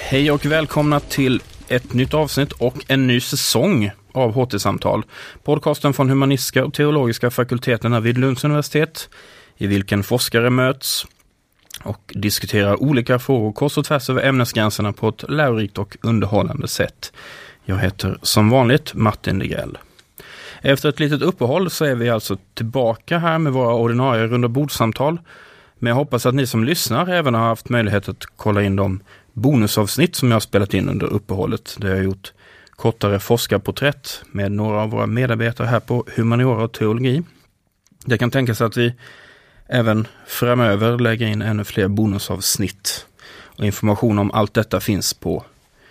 Hej och välkomna till ett nytt avsnitt och en ny säsong av HT-samtal. Podcasten från humanistiska och teologiska fakulteterna vid Lunds universitet, i vilken forskare möts och diskuterar olika frågor kors och tvärs över ämnesgränserna på ett lärorikt och underhållande sätt. Jag heter som vanligt Martin Degrell. Efter ett litet uppehåll så är vi alltså tillbaka här med våra ordinarie rundabordssamtal. Men jag hoppas att ni som lyssnar även har haft möjlighet att kolla in de bonusavsnitt som jag har spelat in under uppehållet. Där jag har gjort kortare forskarporträtt med några av våra medarbetare här på humaniora och teologi. Det kan tänkas att vi även framöver lägger in ännu fler bonusavsnitt. Och information om allt detta finns på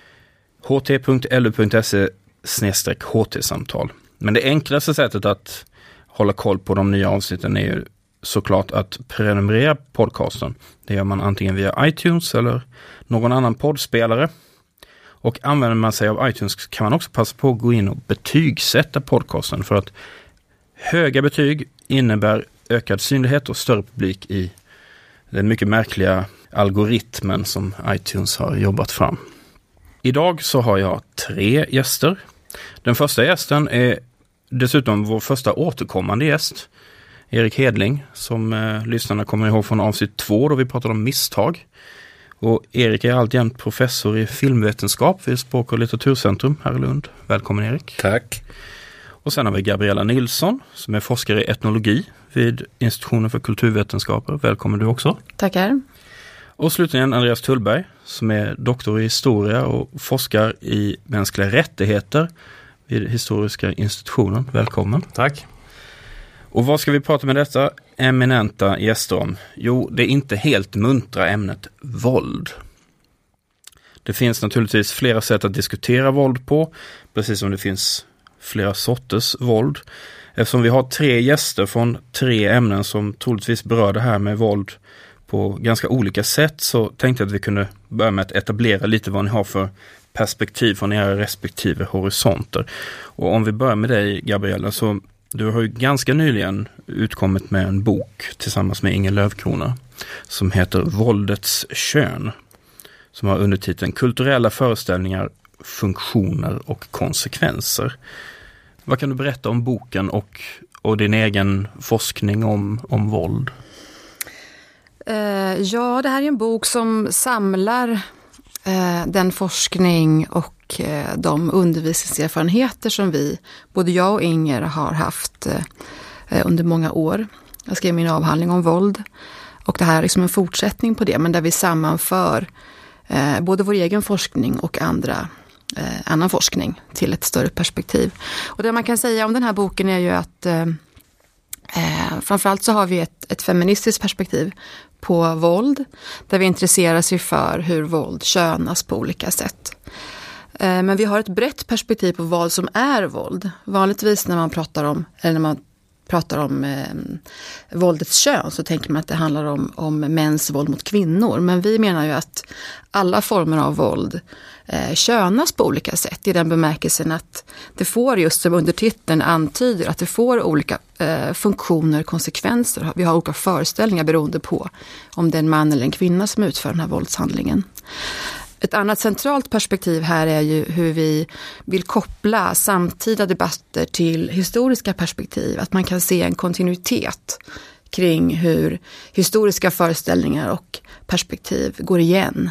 ht.lu.se/ht-samtal. Men det enklaste sättet att hålla koll på de nya avsnitten är ju såklart att prenumerera på podcasten. Det gör man antingen via iTunes eller någon annan poddspelare. Och använder man sig av iTunes kan man också passa på att gå in och betygsätta podcasten. För att höga betyg innebär ökad synlighet och större publik i den mycket märkliga algoritmen som iTunes har jobbat fram. Idag så har jag 3 gäster. Den första gästen är dessutom vår första återkommande gäst, Erik Hedling, som lyssnarna kommer ihåg från avsnitt 2 då vi pratade om misstag. Och Erik är alltjämt professor i filmvetenskap vid Språk- och litteraturcentrum här i Lund. Välkommen Erik. Tack. Och sen har vi Gabriella Nilsson som är forskare i etnologi vid Institutionen för kulturvetenskaper. Välkommen du också. Tackar. Och slutligen Andreas Tullberg som är doktor i historia och forskar i mänskliga rättigheter vid Historiska institutionen. Välkommen. Tack. Och vad ska vi prata med detta eminenta gäster om? Jo, det är inte helt muntra ämnet våld. Det finns naturligtvis flera sätt att diskutera våld på, precis som det finns flera sorters våld. Eftersom vi har 3 gäster från 3 ämnen som troligtvis berör det här med våld på ganska olika sätt, så tänkte jag att vi kunde börja med att etablera lite vad ni har för perspektiv från era respektive horisonter. Och om vi börjar med dig Gabriella, så du har ju ganska nyligen utkommit med en bok tillsammans med Inger Löfkrona som heter Våldets kön, som har undertiteln Kulturella föreställningar, funktioner och konsekvenser. Vad kan du berätta om boken och din egen forskning om våld? Ja, det här är en bok som samlar den forskning och de undervisningserfarenheter som både jag och Inger har haft under många år. Jag skrev min avhandling om våld och det här är liksom en fortsättning på det, men där vi sammanför både vår egen forskning och annan forskning till ett större perspektiv. Och det man kan säga om den här boken är ju att framförallt så har vi ett feministiskt perspektiv på våld, där vi intresserar sig för hur våld könas på olika sätt. Men vi har ett brett perspektiv på vad som är våld. Vanligtvis när man pratar om våldets kön så tänker man att det handlar om mäns våld mot kvinnor. Men vi menar ju att alla former av våld könas på olika sätt, i den bemärkelsen att det får, just som undertiteln antyder, att det får olika funktioner, konsekvenser. Vi har olika föreställningar beroende på om det är en man eller en kvinna som utför den här våldshandlingen. Ett annat centralt perspektiv här är ju hur vi vill koppla samtida debatter till historiska perspektiv. Att man kan se en kontinuitet kring hur historiska föreställningar och perspektiv går igen.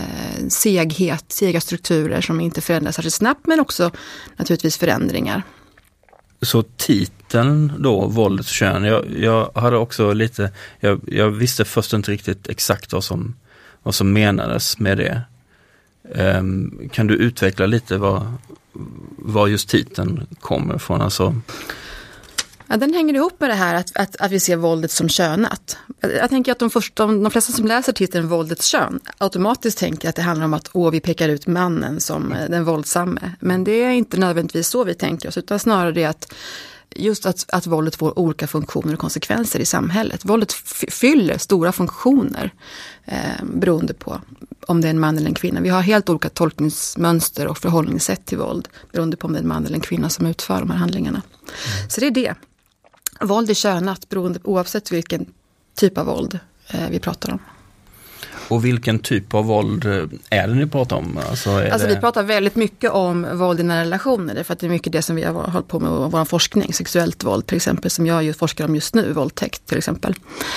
Sega strukturer som inte förändras särskilt snabbt, men också naturligtvis förändringar. Så titeln då, Våldets kön, jag hade också lite, jag visste först inte riktigt exakt vad som menades med det. Kan du utveckla lite vad just titeln kommer från? Alltså? Ja, den hänger ihop med det här att vi ser våldet som könat. Jag tänker att de flesta som läser titeln Våldets kön automatiskt tänker att det handlar om att vi pekar ut mannen som den våldsamme. Men det är inte nödvändigtvis så vi tänker oss, utan snarare det att just att våldet får olika funktioner och konsekvenser i samhället. Våldet fyller stora funktioner beroende på om det är en man eller en kvinna. Vi har helt olika tolkningsmönster och förhållningssätt till våld beroende på om det är en man eller en kvinna som utför de här handlingarna. Så det är det. Våld är könat oavsett vilken typ av våld vi pratar om. Och vilken typ av våld är det ni pratar om? Vi pratar väldigt mycket om våld i nära relationer, för att det är mycket det som vi har hållit på med i vår forskning. Sexuellt våld till exempel, som jag forskar om just nu, våldtäkt till exempel.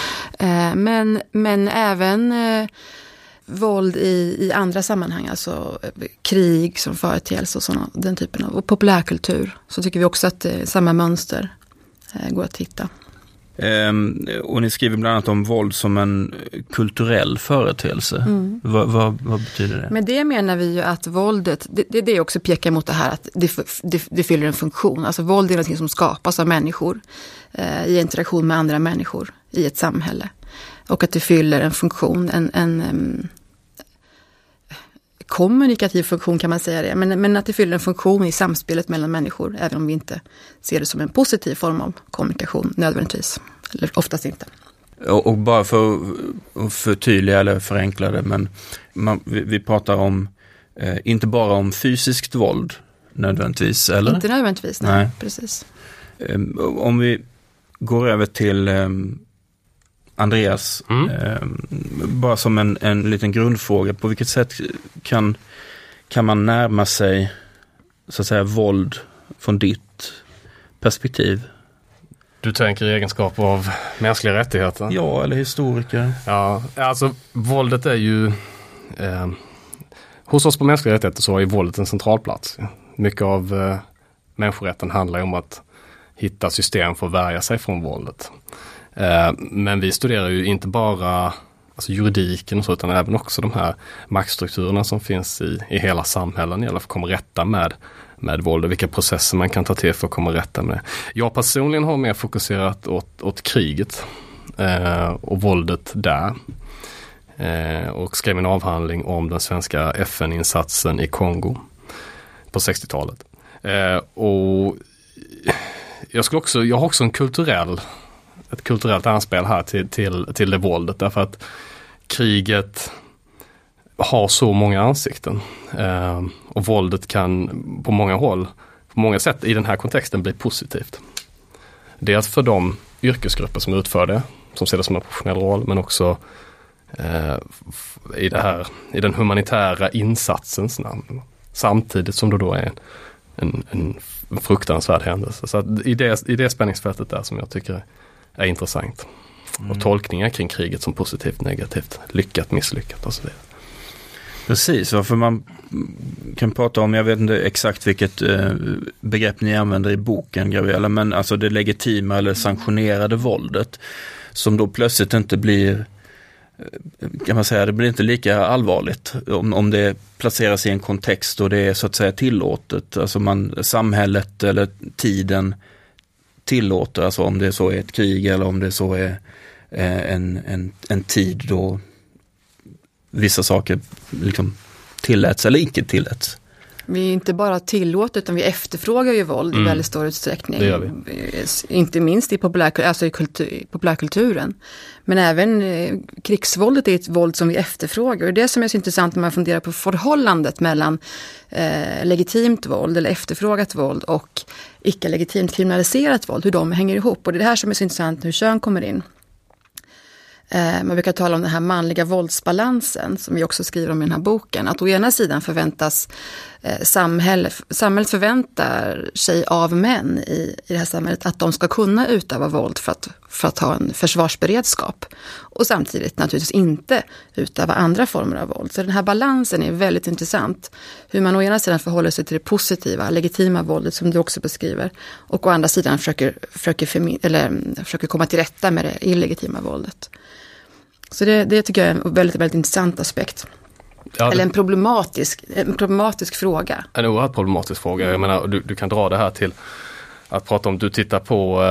Men även våld i andra sammanhang, alltså krig som företeelse och den typen av. Och populärkultur, så tycker vi också att samma mönster går att hitta. Och ni skriver bland annat om våld som en kulturell företeelse. Vad betyder det? Med det menar vi ju att våldet, det också pekar mot det här att det fyller en funktion. Alltså våld är något som skapas av människor i interaktion med andra människor i ett samhälle. Och att det fyller en funktion, en kommunikativ funktion kan man säga det. Men att det fyller en funktion i samspelet mellan människor, även om vi inte ser det som en positiv form av kommunikation nödvändigtvis. Eller oftast inte. Och bara för att förtydliga eller förenkla det, men vi pratar om inte bara om fysiskt våld nödvändigtvis, eller? Inte nödvändigtvis, nej. Precis. Om vi går över till Andreas, bara som en liten grundfråga, på vilket sätt kan man närma sig, så att säga, våld från ditt perspektiv? Du tänker i egenskap av mänskliga rättigheter? Ja, eller historiker. Ja, alltså våldet är ju hos oss på mänskliga rättigheter så har ju våldet en central plats. Mycket av människorätten handlar ju om att hitta system för att värja sig från våldet. Men vi studerar ju inte bara alltså juridiken och så, utan även också de här maktstrukturerna som finns i hela samhällen, för att komma rätta med våld och vilka processer man kan ta till för att komma rätta med det. Jag personligen har mer fokuserat åt kriget och våldet där. Och skrev en avhandling om den svenska FN-insatsen i Kongo på 60-talet. Och jag har också ett kulturellt anspel här till det våldet, därför att kriget har så många ansikten och våldet kan på många sätt i den här kontexten bli positivt. Dels för de yrkesgrupper som utför det, som ser det som en professionell roll, men också i den humanitära insatsens namn. Samtidigt som det då är en fruktansvärd händelse. Så att i det spänningsfältet där som jag tycker är intressant. Och tolkningar kring kriget som positivt, negativt, lyckat, misslyckat och så vidare. Precis, varför man kan prata om, jag vet inte exakt vilket begrepp ni använder i boken, Gabriella, men alltså det legitima eller sanktionerade våldet som då plötsligt inte blir, kan man säga, det blir inte lika allvarligt om det placeras i en kontext och det är så att säga tillåtet, alltså samhället eller tiden tillåter, alltså om det så är ett krig eller om det så är en tid då vissa saker liksom tilläts eller icke tilläts. Vi är inte bara tillåter, utan vi efterfrågar ju våld i väldigt stor utsträckning. Det gör vi. Inte minst i populärkulturen. Men även krigsvåldet är ett våld som vi efterfrågar. Och det som är så intressant när man funderar på förhållandet mellan legitimt våld eller efterfrågat våld och icke-legitimt kriminaliserat våld, hur de hänger ihop. Och det är det här som är så intressant, hur kön kommer in. Man brukar tala om den här manliga våldsbalansen som vi också skriver om i den här boken. Att å ena sidan förväntas samhället förväntar sig av män i det här samhället att de ska kunna utöva våld för att ha en försvarsberedskap. Och samtidigt naturligtvis inte utöva andra former av våld. Så den här balansen är väldigt intressant. Hur man å ena sidan förhåller sig till det positiva, legitima våldet som du också beskriver. Och å andra sidan försöker komma till rätta med det illegitima våldet. Så det tycker jag är en väldigt, väldigt intressant aspekt. Ja, eller en problematisk fråga. En oerhört problematisk fråga. Jag menar, du kan dra det här till att prata om, du tittar på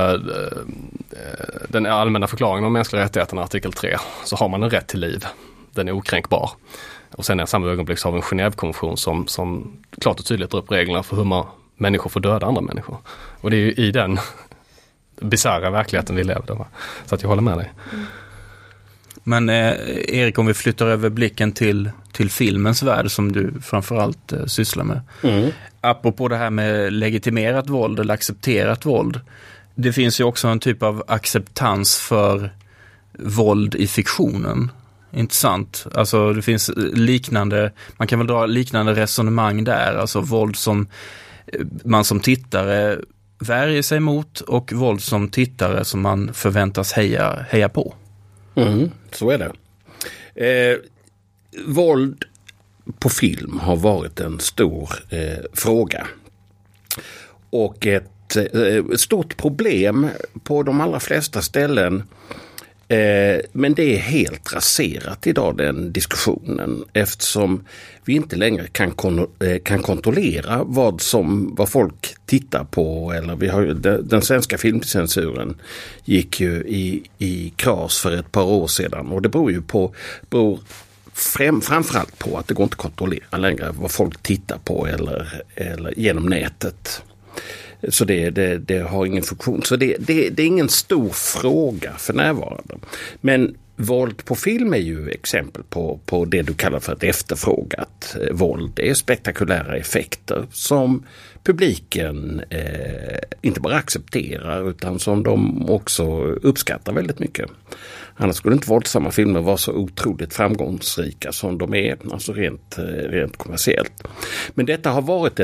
den allmänna förklaringen om mänskliga rättigheterna, artikel 3, så har man en rätt till liv. Den är okränkbar. Och sen i samma ögonblick så har vi en Genèvekonvention som klart och tydligt drar upp reglerna för hur människor får döda andra människor. Och det är ju i den bisarra verkligheten vi lever där. Så att jag håller med dig. Men Erik, om vi flyttar över blicken till filmens värld som du framförallt sysslar med. Apropå det här med legitimerat våld eller accepterat våld. Det finns ju också en typ av acceptans för våld i fiktionen. intressant. Alltså det finns liknande, man kan väl dra liknande resonemang där. Alltså våld som man som tittare värjer sig mot och våld som tittare som man förväntas heja på. Så är det. Våld på film har varit en stor fråga. Och ett stort problem på de allra flesta ställen. Men det är helt raserat idag, den diskussionen, eftersom vi inte längre kan kontrollera vad folk tittar på. Eller vi har den svenska filmcensuren gick ju i kras för ett par år sedan, och det beror framförallt på att det går inte att kontrollera längre vad folk tittar på eller genom nätet. Så det har ingen funktion. Så det är ingen stor fråga för närvarande. Men våld på film är ju exempel på det du kallar för ett efterfrågat våld. Det är spektakulära effekter som publiken inte bara accepterar utan som de också uppskattar väldigt mycket. Annars skulle inte våldsamma filmer vara så otroligt framgångsrika som de är, alltså rent kommersiellt. Men detta har varit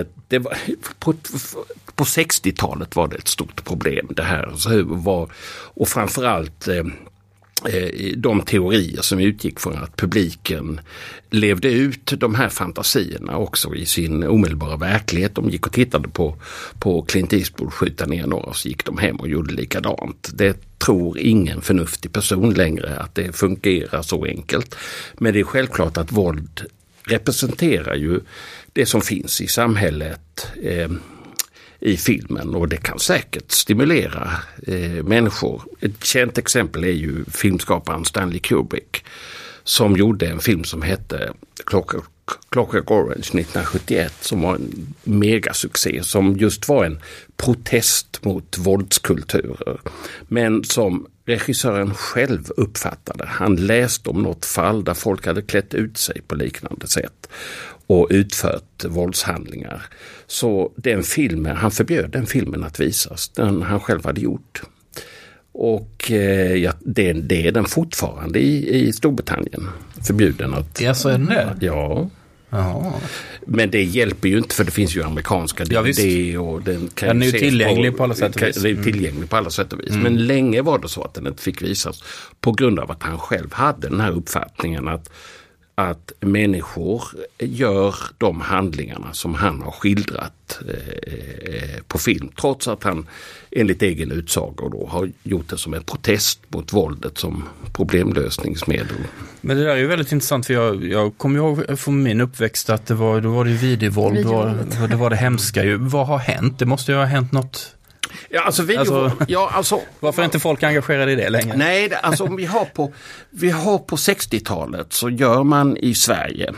på 60-talet var det ett stort problem det här. Och framförallt de teorier som utgick från att publiken levde ut de här fantasierna också i sin omedelbara verklighet. De gick och tittade på Clint Eastwood skjuta ner några, så gick de hem och gjorde likadant. Det tror ingen förnuftig person längre att det fungerar så enkelt. Men det är självklart att våld representerar ju det som finns i samhället i filmen, och det kan säkert stimulera människor. Ett känt exempel är ju filmskaparen Stanley Kubrick som gjorde en film som hette Clockwork Orange 1971 som var en megasuccé, som just var en protest mot våldskulturer, men som regissören själv uppfattade. Han läste om något fall där folk hade klätt ut sig på liknande sätt och utfört våldshandlingar. Så han förbjöd den filmen att visas, den han själv hade gjort. Och det är den fortfarande i Storbritannien, förbjuden att... Ja, så är den det? Ja. Aha. Men det hjälper ju inte, för det finns ju amerikanska DVD och den kan är ju tillgänglig på alla sätt och vis. Det är tillgänglig på alla sätt och vis. Men länge var det så att den inte fick visas på grund av att han själv hade den här uppfattningen att människor gör de handlingarna som han har skildrat på film, trots att han enligt egen utsago då har gjort det som en protest mot våldet som problemlösningsmedel. Men det där är ju väldigt intressant, för jag kommer ihåg från min uppväxt att då var det videovåld, det var det hemska ju. Vad har hänt? Det måste ju ha hänt något. Ja, varför är inte folk engagerade i det längre? Nej, om vi har på 60-talet så gör man i Sverige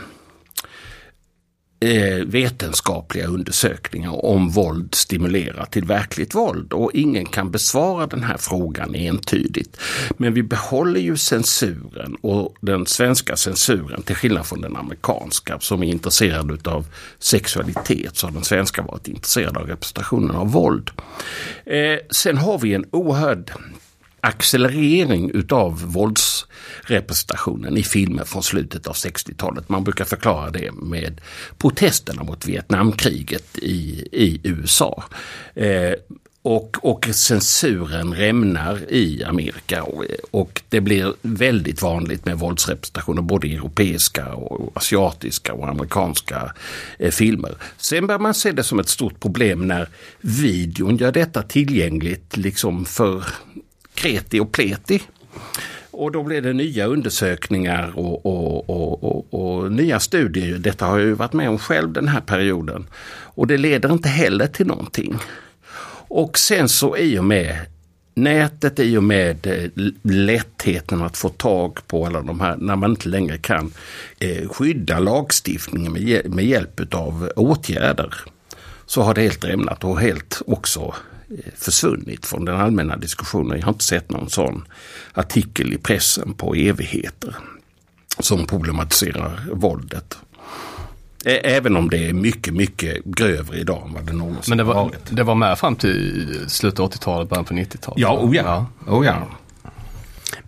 vetenskapliga undersökningar om våld stimulerar till verkligt våld, och ingen kan besvara den här frågan entydigt. Men vi behåller ju censuren, och den svenska censuren, till skillnad från den amerikanska som är intresserad av sexualitet, så har den svenska varit intresserad av representationen av våld. Sen har vi en oerhörd accelerering utav våldsrepresentationen i filmer från slutet av 60-talet. Man brukar förklara det med protesterna mot Vietnamkriget i USA. Och censuren rämnar i Amerika, och det blir väldigt vanligt med våldsrepresentationer både i europeiska och asiatiska och amerikanska filmer. Sen börjar man se det som ett stort problem när videon gör detta tillgängligt liksom för kreti och pleti. Och då blir det nya undersökningar och nya studier. Detta har jag ju varit med om själv den här perioden. Och det leder inte heller till någonting. Och sen så i och med nätet, i och med lättheten att få tag på alla de här, när man inte längre kan skydda lagstiftningen med hjälp av åtgärder, så har det helt rämnat och helt också försvunnit från den allmänna diskussionen. Jag har inte sett någon sån artikel i pressen på evigheter som problematiserar våldet. Även om det är mycket, mycket grövre idag än vad det någonsin har varit. Det var med fram till slutet av 80-talet, början på 90-talet. Ja, ja.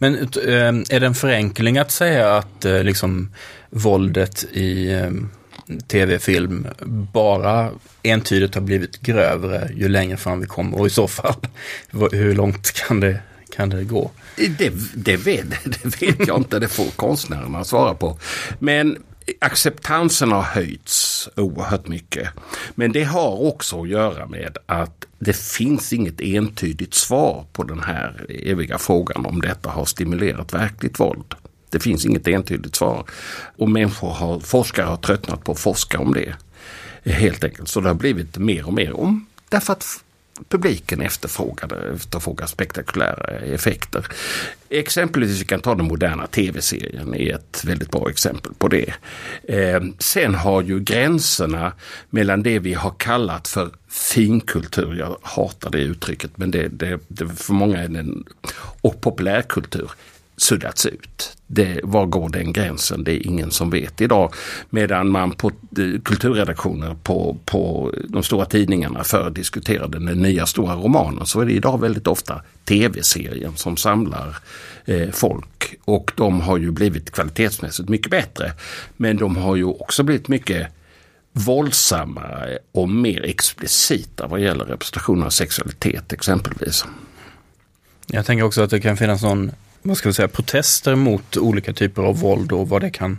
Men är det en förenkling att säga att liksom våldet i tv-film bara entydigt har blivit grövre ju längre fram vi kommer? Och i så fall, hur långt kan det gå? Det vet jag inte, det får konstnärerna svara på. Men acceptansen har höjts oerhört mycket. Men det har också att göra med att det finns inget entydigt svar på den här eviga frågan om detta har stimulerat verkligt våld. Det finns inget entydigt svar. Och forskare har tröttnat på att forska om det. Helt enkelt. Så det har blivit mer och mer om. Därför att publiken efterfrågar spektakulära effekter. Exempelvis vi kan ta den moderna tv-serien är ett väldigt bra exempel på det. Sen har ju gränserna mellan det vi har kallat för finkultur, jag hatar det uttrycket, men det för många är den, och populärkultur suddats ut. Var går den gränsen? Det är ingen som vet idag. Medan man på kulturredaktioner på de stora tidningarna förr diskuterade den nya stora romanen, så är det idag väldigt ofta tv-serien som samlar folk. Och de har ju blivit kvalitetsmässigt mycket bättre. Men de har ju också blivit mycket våldsammare och mer explicita vad gäller representation av sexualitet exempelvis. Jag tänker också att det kan finnas protester mot olika typer av våld och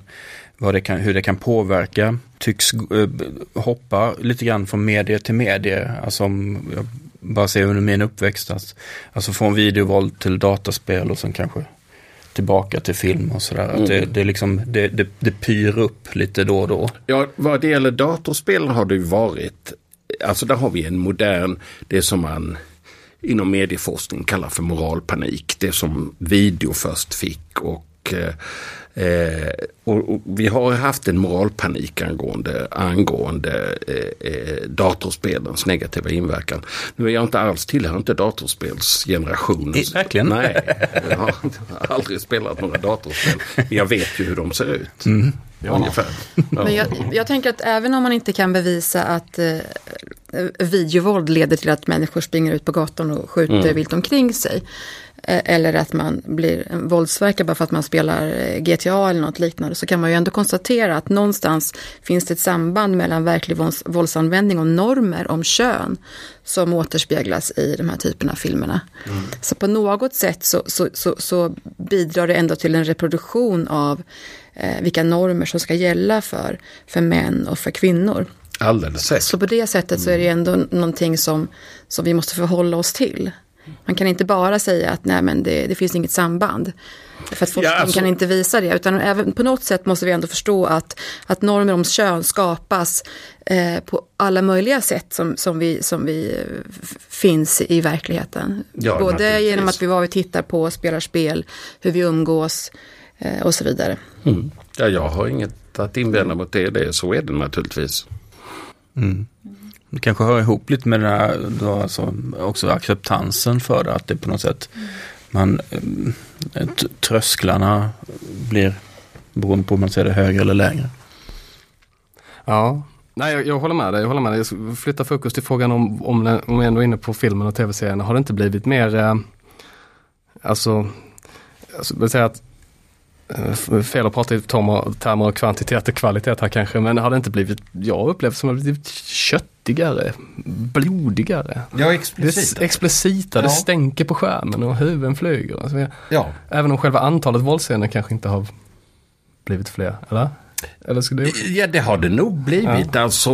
hur det kan påverka. Tycks hoppa lite grann från medie till medie. Alltså jag bara ser under min uppväxt alltså från videovåld till dataspel och sen kanske tillbaka till film och sådär. Att det pyr upp lite då och då. Ja, vad det gäller datorspel har det ju varit, alltså där har vi en modern, det som man inom medieforskning kallar för moralpanik. Det som video först fick och vi har haft en moralpanik angående datorspelens negativa inverkan. Nu är jag tillhör inte datorspelsgenerationen. Verkligen? Nej, jag har aldrig spelat några datorspel. Men jag vet ju hur de ser ut. Mm. Ja, ungefär. Ja. Men jag tänker att även om man inte kan bevisa att videovåld leder till att människor springer ut på gatan och skjuter vilt omkring sig, eller att man blir en våldsverkare bara för att man spelar GTA eller något liknande, så kan man ju ändå konstatera att någonstans finns det ett samband mellan verklig våldsanvändning och normer om kön som återspeglas i de här typerna av filmerna. Så på något sätt så bidrar det ändå till en reproduktion av vilka normer som ska gälla för män och för kvinnor. Alldeles säkert. Så på det sättet så är det ändå någonting som vi måste förhålla oss till. Man kan inte bara säga att nej, men det finns inget samband. För att forskning kan inte visa det. Utan även på något sätt måste vi ändå förstå att normer om kön skapas på alla möjliga sätt som vi finns i verkligheten. Ja, både genom att vi tittar på, spelar spel, hur vi umgås och så vidare. Mm. Ja, jag har inget att invända mot det. Så är det naturligtvis. Mm. Det kanske hör ihop lite med den här, då, alltså, också acceptansen för det, att det på något sätt trösklarna blir beroende på om man ser det högre eller lägre. Ja, nej, jag håller med dig. Jag flyttar fokus till frågan om jag ändå är inne på filmen och tv-serierna. Har det inte blivit mer alltså vill säga att fel att prata i termer av kvantitet och kvalitet här kanske, men har det inte blivit, jag upplevt som att det blivit köttigare, blodigare. Ja, explicita. Det stänker på skärmen och huvuden flyger. Alltså, även om själva antalet våldsscener kanske inte har blivit fler, eller? Ja, det har det nog blivit. Ja. Alltså,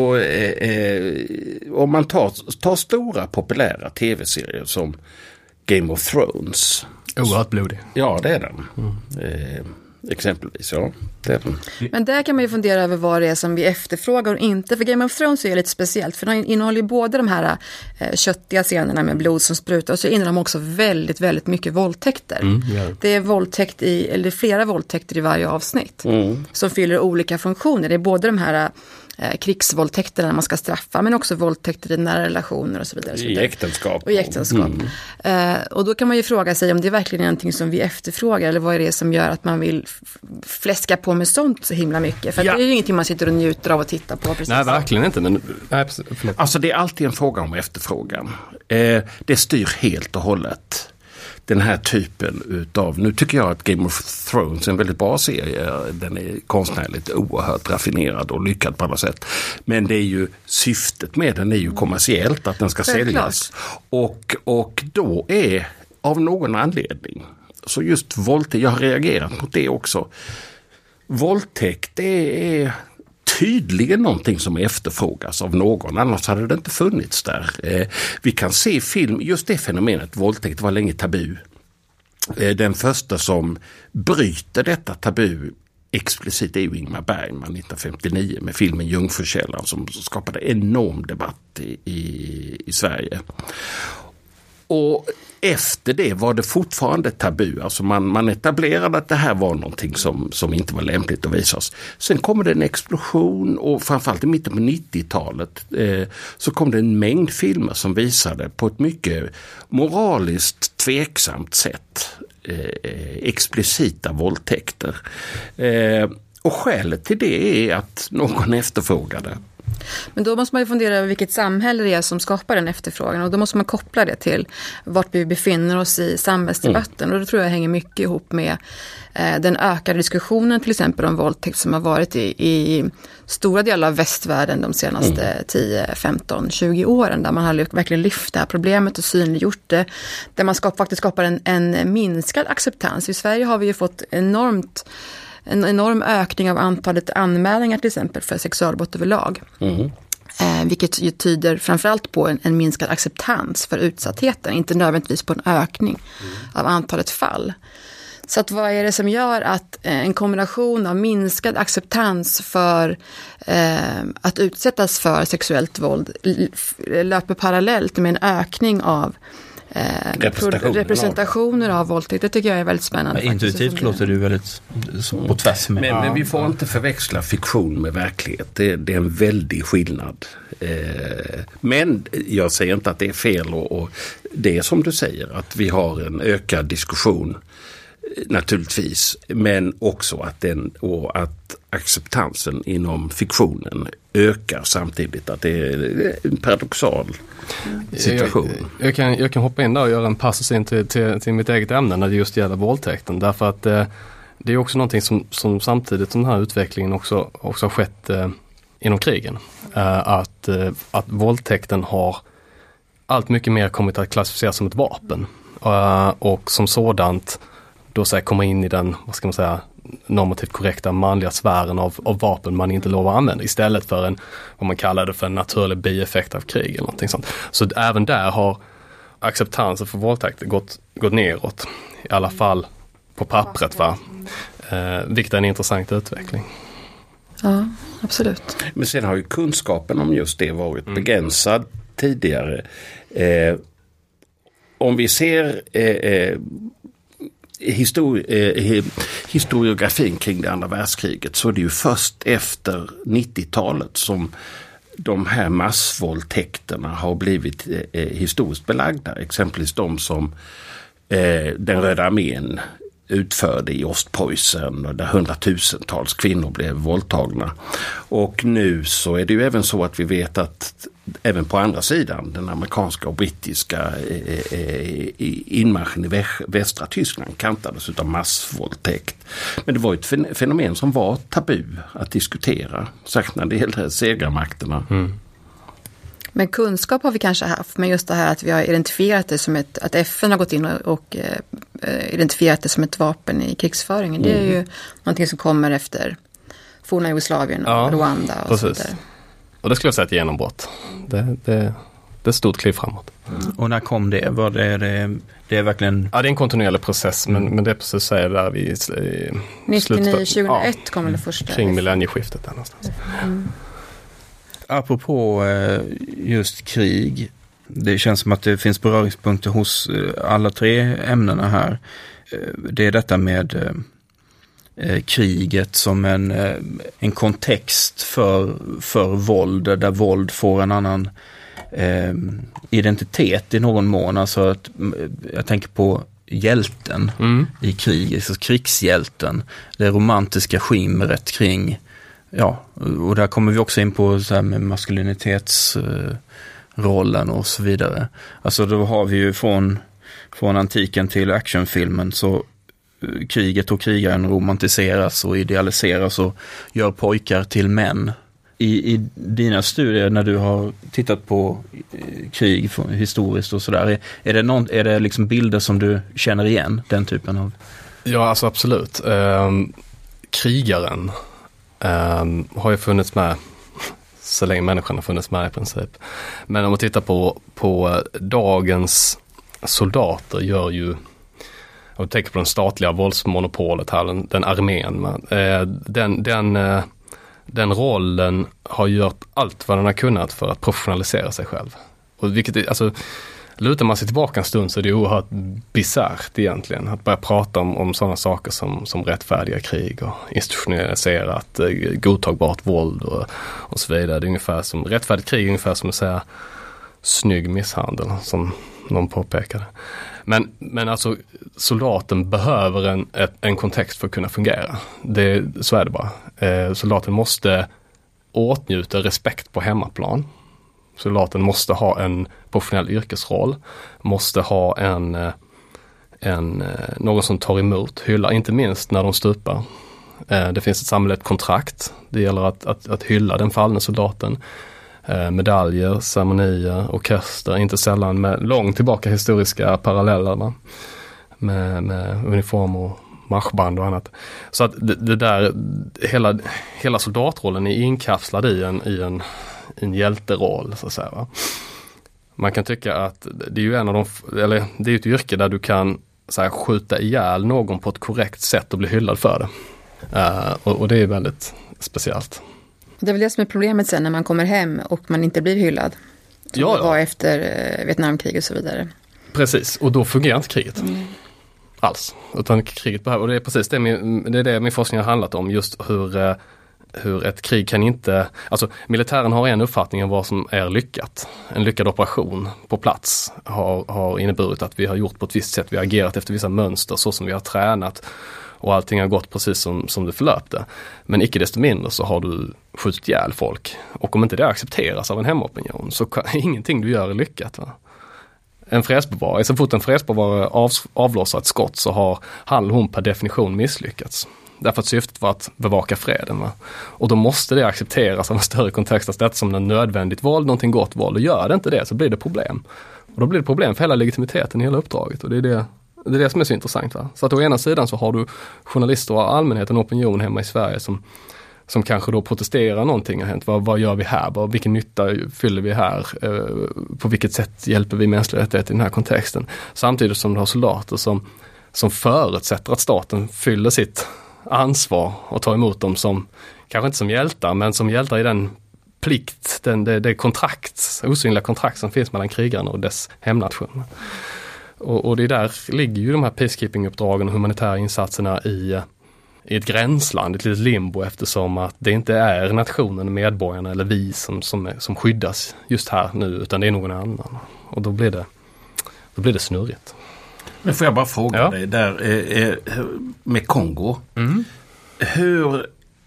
om man tar stora populära tv-serier som Game of Thrones. Oerhört blodig. Ja, det är den. Exempelvis, ja. Det är den. Men där kan man ju fundera över vad det är som vi efterfrågar och inte. För Game of Thrones är lite speciellt. För den innehåller ju både de här köttiga scenerna med blod som sprutar, och så innehåller de också väldigt, väldigt mycket våldtäkter. Det är flera våldtäkter i varje avsnitt som fyller olika funktioner. Det är både de här krigsvåldtäkterna när man ska straffa, men också våldtäkter i nära relationer och så vidare. I äktenskap. Och i äktenskap. Och då kan man ju fråga sig om det är verkligen någonting som vi efterfrågar, eller vad är det som gör att man vill fläska på med sånt så himla mycket. För det är ju ingenting man sitter och njuter av att titta på. Precis. Nej, verkligen inte. Men, alltså det är alltid en fråga om efterfrågan. Det styr helt och hållet den här typen utav, nu tycker jag att Game of Thrones är en väldigt bra serie, den är konstnärligt oerhört raffinerad och lyckad på alla sätt, men det är ju syftet med den är ju kommersiellt, att den ska säljas, och då är av någon anledning, så just våldtäkt, jag har reagerat mot det också, våldtäkt det är tydligen någonting som efterfrågas av någon, annars hade det inte funnits där. Vi kan se film, just det fenomenet, våldtäkt var länge tabu. Den första som bryter detta tabu explicit är ju Ingmar Bergman 1959 med filmen Jungfrukällan som skapade enorm debatt i Sverige. Och efter det var det fortfarande tabu. Alltså man etablerade att det här var någonting som inte var lämpligt att visas. Sen kom det en explosion och framförallt i mitten på 90-talet så kom det en mängd filmer som visade på ett mycket moraliskt tveksamt sätt explicita våldtäkter. Och skälet till det är att någon efterfrågade. Men då måste man ju fundera över vilket samhälle det är som skapar den efterfrågan, och då måste man koppla det till vart vi befinner oss i samhällsdebatten. Och det tror jag hänger mycket ihop med den ökade diskussionen till exempel om våldtäkt som har varit i stora delar av västvärlden de senaste 10, 15, 20 åren, där man har verkligen lyft det här problemet och synliggjort det, där man faktiskt skapar en minskad acceptans. I Sverige har vi ju fått en enorm ökning av antalet anmälningar till exempel för sexualbrott överlag. Vilket ju tyder framförallt på en minskad acceptans för utsattheten, inte nödvändigtvis på en ökning av antalet fall. Så att vad är det som gör att en kombination av minskad acceptans för att utsättas för sexuellt våld löper parallellt med en ökning av representationer av våldtäkt? Det tycker jag är väldigt spännande. Intuitivt låter du väldigt på tvärs med. Men vi får inte förväxla fiktion med verklighet. Det är en väldig skillnad. Men jag säger inte att det är fel, och det är som du säger att vi har en ökad diskussion naturligtvis, men också att acceptansen inom fiktionen ökar samtidigt, att det är en paradoxal situation. Jag kan hoppa in där och göra en passus in till mitt eget ämne när det just gäller våldtäkten, därför att det är också någonting som samtidigt som den här utvecklingen också har skett inom krigen, att våldtäkten har allt mycket mer kommit att klassificeras som ett vapen, och som sådant då komma in i den, vad ska man säga, normativt korrekta manliga sfären av vapen man inte lovar att använda, istället för vad man kallar det för en naturlig bieffekt av krig eller någonting sånt. Så även där har acceptansen för våldtäkt gått neråt, i alla fall på pappret, va? Vilket är en intressant utveckling. Ja, absolut. Men sen har ju kunskapen om just det varit begränsad tidigare. Om vi ser historiografin kring det andra världskriget, så är det ju först efter 90-talet som de här massvåldtäkterna har blivit historiskt belagda. Exempelvis de som den Röda armén utförde i Ostpreussen, där hundratusentals kvinnor blev våldtagna. Och nu så är det ju även så att vi vet att även på andra sidan, den amerikanska och brittiska inmarschen i västra Tyskland kantades utav massvåldtäkt. Men det var ett fenomen som var tabu att diskutera, särskilt när det gällde segermakterna. Men kunskap har vi kanske haft, men just det här att vi har identifierat det som att FN har gått in och identifierat det som ett vapen i krigsföringen. Det är ju någonting som kommer efter forna Jugoslavien och Rwanda och precis. sånt där. Och det skulle jag säga ett genombrott. Det är ett stort kliv framåt. Och när kom det? Det är verkligen... Ja, det är en kontinuerlig process, men det är precis så här där vi 1999-2001 kom det första. Kring millennieskiftet där någonstans. Apropå just krig, det känns som att det finns beröringspunkter hos alla tre ämnena här. Det är detta med kriget som en kontext för våld, där våld får en annan identitet i någon mån. Alltså att, jag tänker på hjälten i krig, alltså krigshjälten, det romantiska skimret kring, ja, och där kommer vi också in på så här med maskulinitetsrollen och så vidare. Alltså då har vi ju från från antiken till actionfilmen, så kriget och krigaren romantiseras och idealiseras och gör pojkar till män. I dina studier när du har tittat på krig historiskt och sådär, är det liksom bilder som du känner igen, den typen av? Ja, alltså absolut. Krigaren har ju funnits med så länge människan har funnits med i princip. Men om man tittar på dagens soldater gör ju, om du tänker på den statliga våldsmonopolet här, den armén, den rollen har gjort allt vad den har kunnat för att professionalisera sig själv. Och vilket, alltså, lutar man sig tillbaka en stund så är det oerhört bisarrt egentligen att börja prata om sådana saker som rättfärdiga krig och institutionaliserat godtagbart våld och så vidare. Det är ungefär som rättfärdigt krig, ungefär som att säga snygg misshandel, som någon påpekade. Men alltså soldaten behöver en kontext för att kunna fungera. Så är det bara. Soldaten måste åtnjuta respekt på hemmaplan. Soldaten måste ha en professionell yrkesroll, måste ha någon som tar emot, hyllar, inte minst när de stupar. Det finns ett samhälleligt kontrakt. Det gäller att hylla den fallne soldaten. Medaljer, ceremonier, orkester, inte sällan med långt tillbaka historiska paralleller med uniform och marschband och annat. Så att det där, hela soldatrollen är inkapslad i en hjälteroll, så att säga, va? Man kan tycka att det är ju det är ett yrke där du kan så här, skjuta ihjäl någon på ett korrekt sätt och bli hyllad för det. Och det är väldigt speciellt. Det är väl det som är problemet sen när man kommer hem och man inte blir hyllad. Som det var efter Vietnamkriget och så vidare. Precis, och då fungerar inte kriget. Alls. Utan kriget behöver, och det är precis det min forskning har handlat om, just hur ett krig kan inte, alltså militären har en uppfattning om vad som är lyckat. En lyckad operation på plats har inneburit att vi har gjort på ett visst sätt, vi har agerat efter vissa mönster så som vi har tränat och allting har gått precis som det förlöpte. Men icke desto mindre så har du skjutit ihjäl folk, och om inte det accepteras av en hemmaopinion så kan ingenting du gör är lyckat, va? En fredsbevarare, så fort en fredsbevarare avlossar ett skott så har han eller hon per definition misslyckats. Därför att syftet var att bevaka freden, va? Och då måste det accepteras av en större kontext, att detta som en nödvändigt våld, någonting gott våld, och gör det inte det så blir det problem. Och då blir det problem för hela legitimiteten i hela uppdraget, och det är det som är så intressant, va? Så att å ena sidan så har du journalister och allmänheten, en opinion hemma i Sverige som kanske då protesterar någonting har hänt. Vad gör vi här? Vilken nytta fyller vi här? På vilket sätt hjälper vi mänskliga rättigheter i den här kontexten? Samtidigt som du har soldater som förutsätter att staten fyller sitt ansvar och tar emot dem som, kanske inte som hjältar, men som hjältar i den plikt, det kontrakt, osynliga kontrakt som finns mellan krigaren och dess hemnation. Och det där ligger ju de här peacekeeping-uppdragen och humanitära insatserna i ett gränsland, ett litet limbo, eftersom att det inte är nationen, medborgarna eller vi som skyddas just här nu, utan det är någon annan. Och då blir det snurrigt. Men får jag bara fråga dig där med Kongo. Hur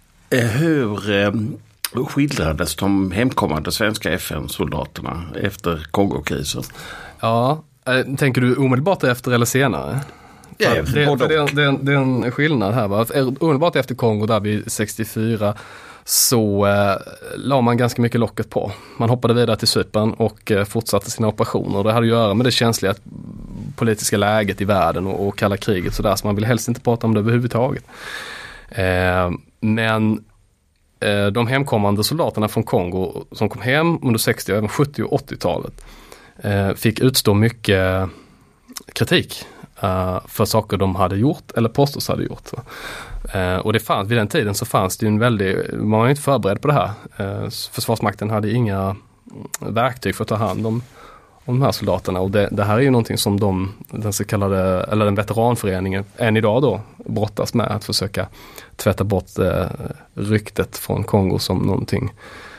skildrades de hemkommande svenska FN-soldaterna efter Kongokrisen? Ja, tänker du omedelbart efter eller senare? Det är en skillnad här, va? Omedelbart efter Kongo där vid 64 så la man ganska mycket locket på. Man hoppade vidare till Cypern och fortsatte sina operationer. Det hade att göra med det känsliga politiska läget i världen och kalla kriget så man vill helst inte prata om det överhuvudtaget. Men de hemkommande soldaterna från Kongo som kom hem under 60, även 70- och 80-talet fick utstå mycket kritik för saker de hade gjort eller påstås hade gjort. Och det fanns, vid den tiden så fanns det man var inte förberedd på det här. Försvarsmakten hade inga verktyg för att ta hand om de här soldaterna, och det här är ju någonting som den så kallade, eller den veteranföreningen än idag då brottas med, att försöka tvätta bort ryktet från Kongo som någonting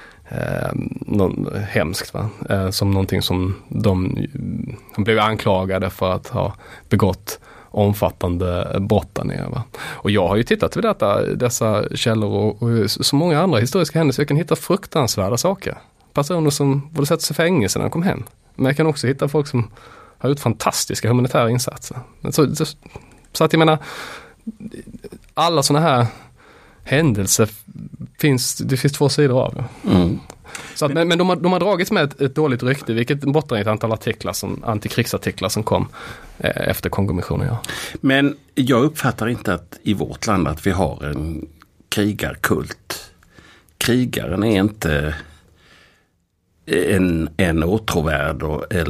hemskt, va? Som någonting som de blev anklagade för att ha begått omfattande brott där nere, va? Och jag har ju tittat vid dessa källor och så många andra historiska händelser. Jag kan hitta fruktansvärda saker. Personer som borde sätta sig i fängelse när de kom hem. Men jag kan också hitta folk som har gjort fantastiska humanitära insatser. Så att jag menar, alla sådana här händelser det finns två sidor av. Så att, men de har dragits med ett dåligt rykte, vilket bottnar i ett antal artiklar antikrigsartiklar som kom efter Kongomissionen. Ja. Men jag uppfattar inte att i vårt land att vi har en krigarkult. Krigaren är inte en åtråvärd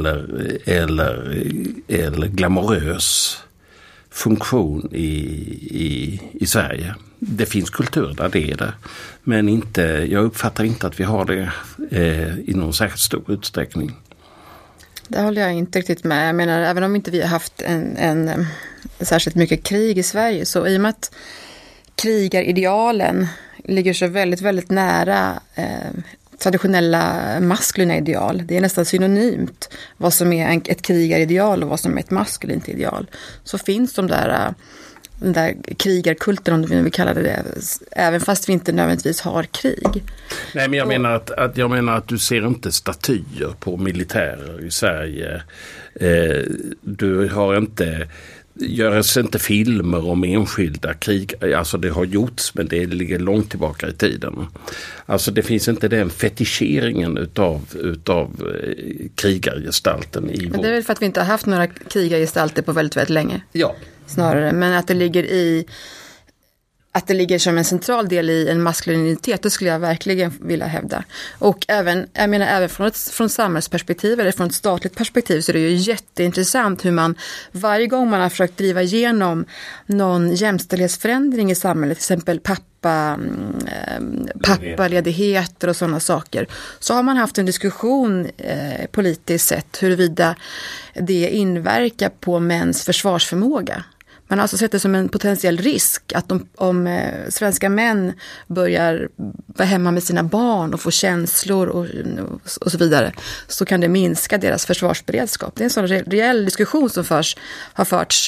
eller glamorös funktion i Sverige. Det finns kultur där det är det. Men jag uppfattar inte att vi har det i någon särskilt stor utsträckning. Det håller jag inte riktigt med. Jag menar, även om inte vi har haft en särskilt mycket krig i Sverige, så i och med att krigaridealen ligger så väldigt, väldigt nära traditionella maskulina ideal. Det är nästan synonymt vad som är ett krigarideal och vad som är ett maskulint ideal. Så finns den där krigarkulten, om du vill kalla det, även fast vi inte nödvändigtvis har krig. Nej, men jag menar att du ser inte statyer på militärer i Sverige. Du har inte görs inte filmer om enskilda krig. Alltså det har gjorts, men det ligger långt tillbaka i tiden. Alltså det finns inte den fetischeringen utav krigargestalten i men det är väl för att vi inte har haft några krigargestalter på väldigt, väldigt länge. Ja. Snarare, men att det ligger som en central del i en maskulinitet, det skulle jag verkligen vilja hävda. Och även från samhällsperspektiv eller från ett statligt perspektiv så är det ju jätteintressant hur man varje gång man har försökt driva igenom någon jämställdhetsförändring i samhället, till exempel pappaledigheter och sådana saker, så har man haft en diskussion politiskt sett huruvida det inverkar på mäns försvarsförmåga. Man har alltså sett det som en potentiell risk att om svenska män börjar vara hemma med sina barn och få känslor och så vidare, så kan det minska deras försvarsberedskap. Det är en sån reell diskussion som har förts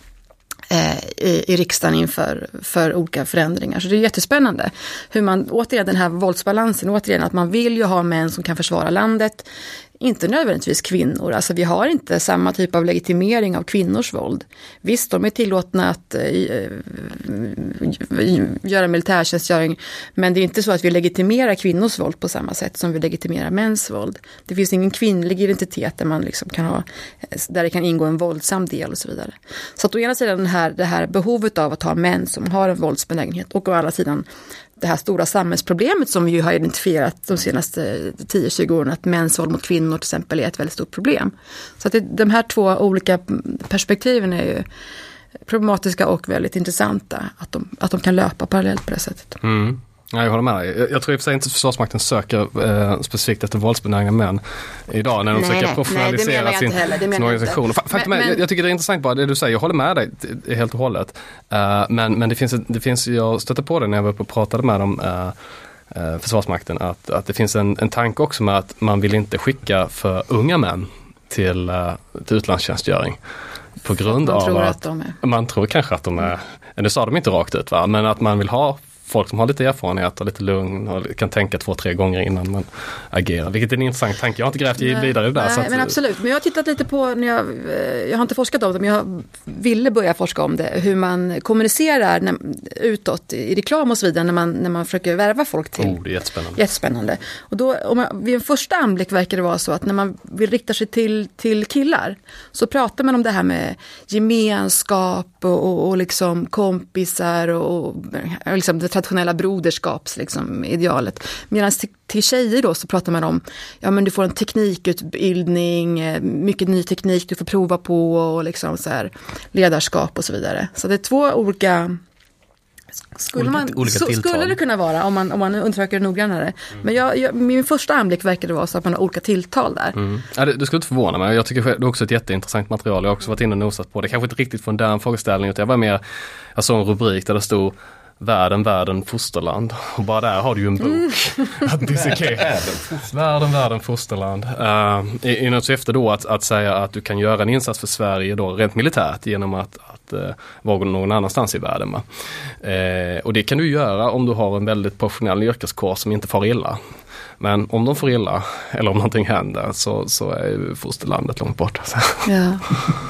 i riksdagen inför olika förändringar. Så det är jättespännande hur man, återigen den här våldsbalansen, återigen att man vill ju ha män som kan försvara landet, inte nödvändigtvis kvinnor. Alltså vi har inte samma typ av legitimering av kvinnors våld. Visst, de är tillåtna att göra militärtjänstgöring, men det är inte så att vi legitimerar kvinnors våld på samma sätt som vi legitimerar mäns våld. Det finns ingen kvinnlig identitet där man liksom kan ha, där det kan ingå en våldsam del och så vidare. Så att å ena sidan det här behovet av att ha män som har en våldsbenägenhet, och å andra sidan det här stora samhällsproblemet som vi ju har identifierat de senaste 10-20 åren, att mäns våld mot kvinnor till exempel är ett väldigt stort problem. Så att de här två olika perspektiven är ju problematiska och väldigt intressanta, att de kan löpa parallellt på det sättet. Mm. Ja, jag håller med dig. Jag tror i och för sig inte att Försvarsmakten söker specifikt efter våldsbenägna män idag när de försöker professionalisera sin organisation. Jag tycker det är intressant bara det du säger. Jag håller med dig helt och hållet. Men det finns jag stötte på det när jag var uppe och pratade med dem, Försvarsmakten, att det finns en tanke också med att man vill inte skicka för unga män till utlandstjänstgöring. På grund av att man tror kanske att de är, det sa de inte rakt ut, va? Men att man vill ha folk som har lite erfarenhet och lite lugn och kan tänka 2-3 gånger innan man agerar. Vilket är en intressant tanke. Jag har inte grävt vidare där. Nej, men absolut. Men jag har tittat lite på, jag har inte forskat om det, men jag ville börja forska om det. Hur man kommunicerar utåt i reklam och så vidare när man försöker värva folk till. Det är jättespännande. Jättespännande. Och då, vid en första anblick verkar det vara så att när man vill rikta sig till killar så pratar man om det här med gemenskap och liksom kompisar och liksom det traditionella broderskaps liksom, idealet. Medan till tjejer då så pratar man om, ja men du får en teknikutbildning, mycket ny teknik du får prova på och liksom så här ledarskap och så vidare. Så det är två olika skulle det kunna vara om man undersöker det noggrannare. Men min första anblick verkar det vara så att man har olika tilltal där. Ja, det skulle inte förvåna mig. Jag tycker det är också ett jätteintressant material. Jag har också varit inne och nosat på det. Kanske inte riktigt från den frågeställningen, utan jag såg en rubrik där det stod Världen, fosterland. Och bara där har du ju en bok att dissekera. Världen, fosterland. I något syfte då att säga att du kan göra en insats för Sverige då rent militärt genom att vara någon annanstans i världen. Och det kan du göra om du har en väldigt professionell yrkeskår som inte far illa. Men om de får illa eller om någonting händer så är ju fosterlandet långt borta. Ja.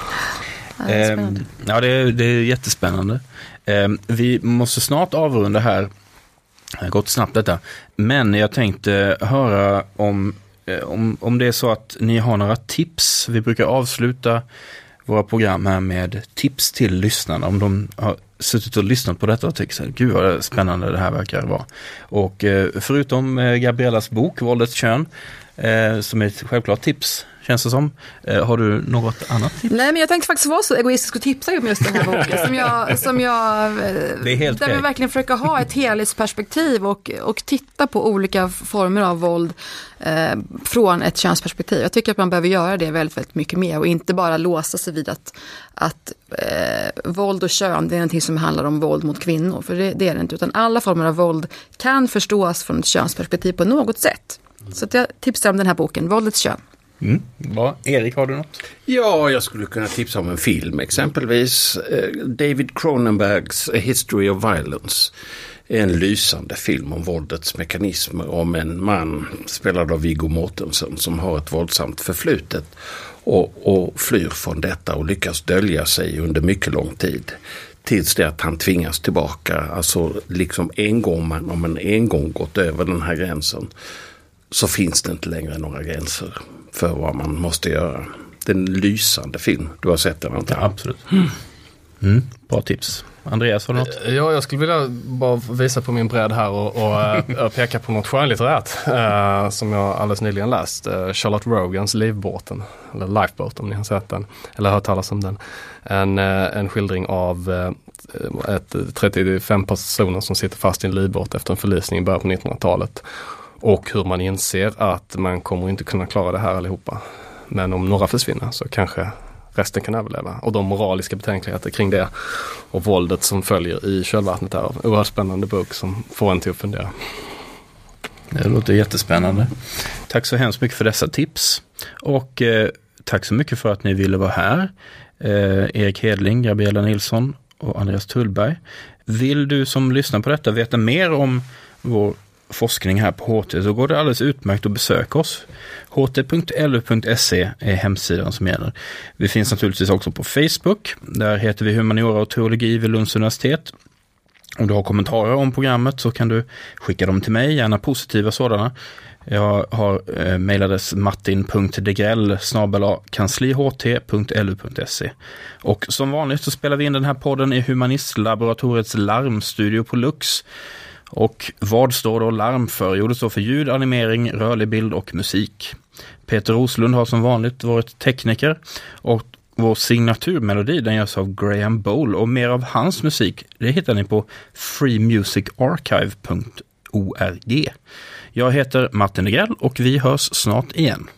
Ja, det är jättespännande. Vi måste snart avrunda här. Det har gått snabbt detta. Men jag tänkte höra om det är så att ni har några tips. Vi brukar avsluta våra program här med tips till lyssnarna. Om de har suttit och lyssnat på detta och tycker gud vad spännande det här verkar vara. Och förutom Gabrielas bok Våldets kön, som är ett självklart tips, känns det som. Har du något annat tips? Nej, men jag tänkte faktiskt vara så egoistisk och tipsa om just den här boken som jag det är helt där vi verkligen försöker ha ett helhetsperspektiv och titta på olika former av våld från ett könsperspektiv. Jag tycker att man behöver göra det väldigt, väldigt mycket mer och inte bara låsa sig vid att våld och kön, det är någonting som handlar om våld mot kvinnor, för det är det inte, utan alla former av våld kan förstås från ett könsperspektiv på något sätt. Så att jag tipsar om den här boken, Våldets kön. Erik, har du något? Ja, jag skulle kunna tipsa om en film, exempelvis David Cronenbergs A History of Violence. En lysande film om våldets mekanismer, om en man spelad av Viggo Mortensen som har ett våldsamt förflutet och flyr från detta och lyckas dölja sig under mycket lång tid. Tills det att han tvingas tillbaka. Alltså liksom om man en gång gått över den här gränsen så finns det inte längre några gränser för vad man måste göra. Det är en lysande film. Du har sett den, antar jag? Ja, absolut. Bra tips. Andreas, har du något? Ja, jag skulle vilja bara visa på min bredd här och peka på något skönlitterärt som jag alldeles nyligen läst. Charlotte Rogans Livbåten, eller Lifeboat om ni har sett den, eller hört talas om den. En skildring av 35 personer som sitter fast i en livbåt efter en förlisning i början på 1900-talet. Och hur man inser att man kommer inte kunna klara det här allihopa. Men om några försvinner så kanske resten kan överleva. Och de moraliska betänkligheter kring det och våldet som följer i kölvattnet är en oerhört spännande bok som får en till att fundera. Det låter jättespännande. Tack så hemskt mycket för dessa tips. Och tack så mycket för att ni ville vara här. Erik Hedling, Gabriella Nilsson och Andreas Tullberg. Vill du som lyssnar på detta veta mer om vår forskning här på HT, så går det alldeles utmärkt att besöka oss. ht.lu.se är hemsidan som gäller. Vi finns naturligtvis också på Facebook. Där heter vi Humaniora och teologi vid Lunds universitet. Om du har kommentarer om programmet så kan du skicka dem till mig, gärna positiva sådana. Jag har mejladress martin.degrell@kansliht.lu.se. Och som vanligt så spelar vi in den här podden i Humanistlaboratoriets larmstudio på Lux. Och vad står då larm för? Jo, det står för ljud, animering, rörlig bild och musik. Peter Roslund har som vanligt varit tekniker och vår signaturmelodi den görs av Graham Bowl och mer av hans musik det hittar ni på freemusicarchive.org. Jag heter Martin Degrell och vi hörs snart igen.